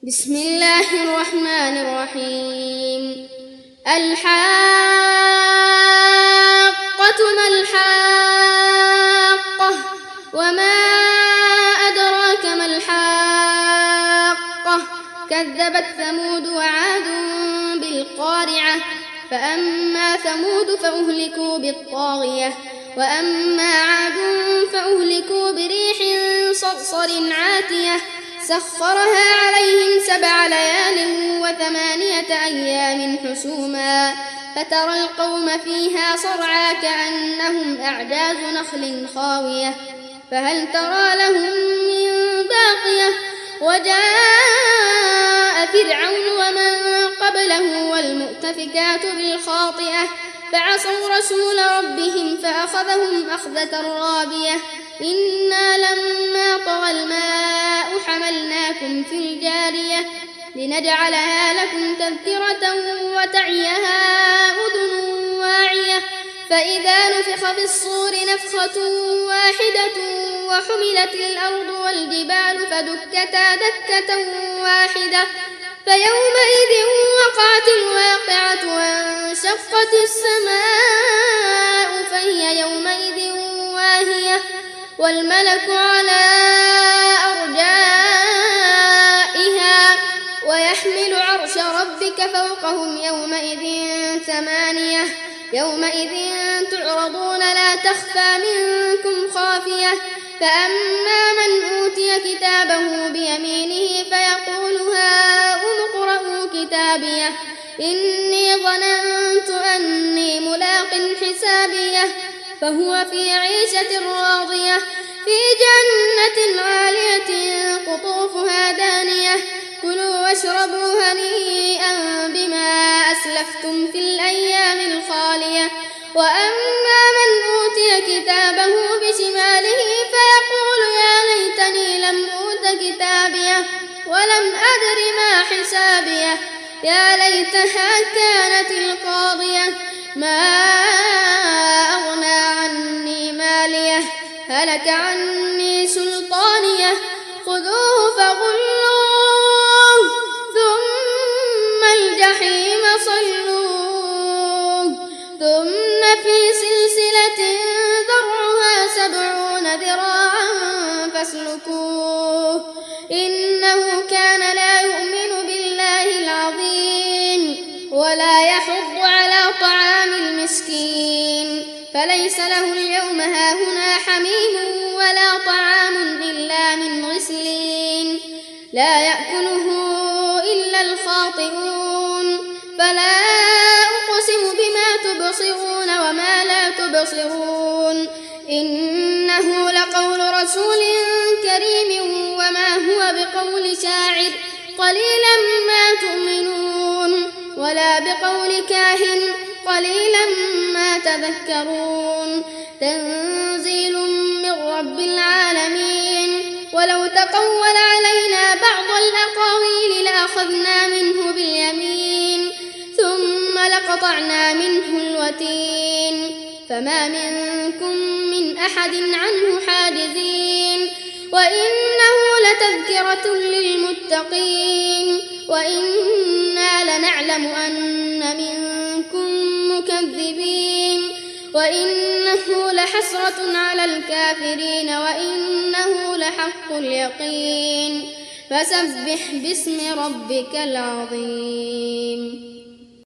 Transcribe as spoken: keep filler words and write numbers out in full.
بسم الله الرحمن الرحيم. الحاقة ما الحاقة وما أدراك ما الحاقة كذبت ثمود وعاد بالقارعة فأما ثمود فأهلكوا بالطاغية وأما عاد فأهلكوا بريح صرصر عاتية سخرها عليهم سبع ليال وثمانية أيام حسوما فترى القوم فيها صرعى كأنهم أعجاز نخل خاوية فهل ترى لهم من باقية وجاء فرعون ومن قبله والمؤتفكات بالخاطئة فعصوا رسول ربهم فأخذهم أخذة رابية إنا لما طغى الماء حملناكم في الجارية لنجعلها لكم تذكرة وتعيها أذن واعية فإذا نفخ في الصور نفخة واحدة وحملت الأرض والجبال فدكتا دكة واحدة فيومئذ وقعت الواقعة وانشقت السماء فهي يومئذ واهية والملك على أرجائها ويحمل عرش ربك فوقهم يومئذ ثمانية يومئذ تعرضون لا تخفى منكم خافية فأما من أوتي كتابه بيمينه فيقول هاؤم اقرءوا كتابيه إني ظننت أني ملاق حسابيه فهو في عيشة راضية في جنة عالية قطوفها دانية كلوا واشربوا هنيئا بما أسلفتم في الأيام الخالية وأما من أوتي كتابه بشماله فيقول يا ليتني لم أوت كتابيه ولم أدر ما حسابيه يا ليتها كانت القاضية ما أغنى عني ماليه هلك عني سلطانيه خذوه فغلوه ثم الجحيم صلوه ثم في سلسلة ذرعها سبعون ذراعا فاسلكوه إنه كان لا يؤمن بالله العظيم ولا يحض على طعام المسكين فليس له اليوم هاهنا حميم ولا طعام إلا من غسلين لا يأكله إلا الخاطئون فلا أقسم بما تبصرون وما لا تبصرون إنه لقول رسول كريم وما هو بقول شاعر قليلا ما تؤمنون ولا بقول كاهن قليلا ما تذكرون تنزيل من رب العالمين ولو تقول علينا بعض الأقاويل لأخذنا منه باليمين ثم لقطعنا منه الوتين فما منكم من أحد عنه حاجزين وإنه لتذكرة للمتقين وإنا لنعلم أن منكم مكذبين وإنه لحسرة على الكافرين وإنه لحق اليقين فسبح باسم ربك العظيم.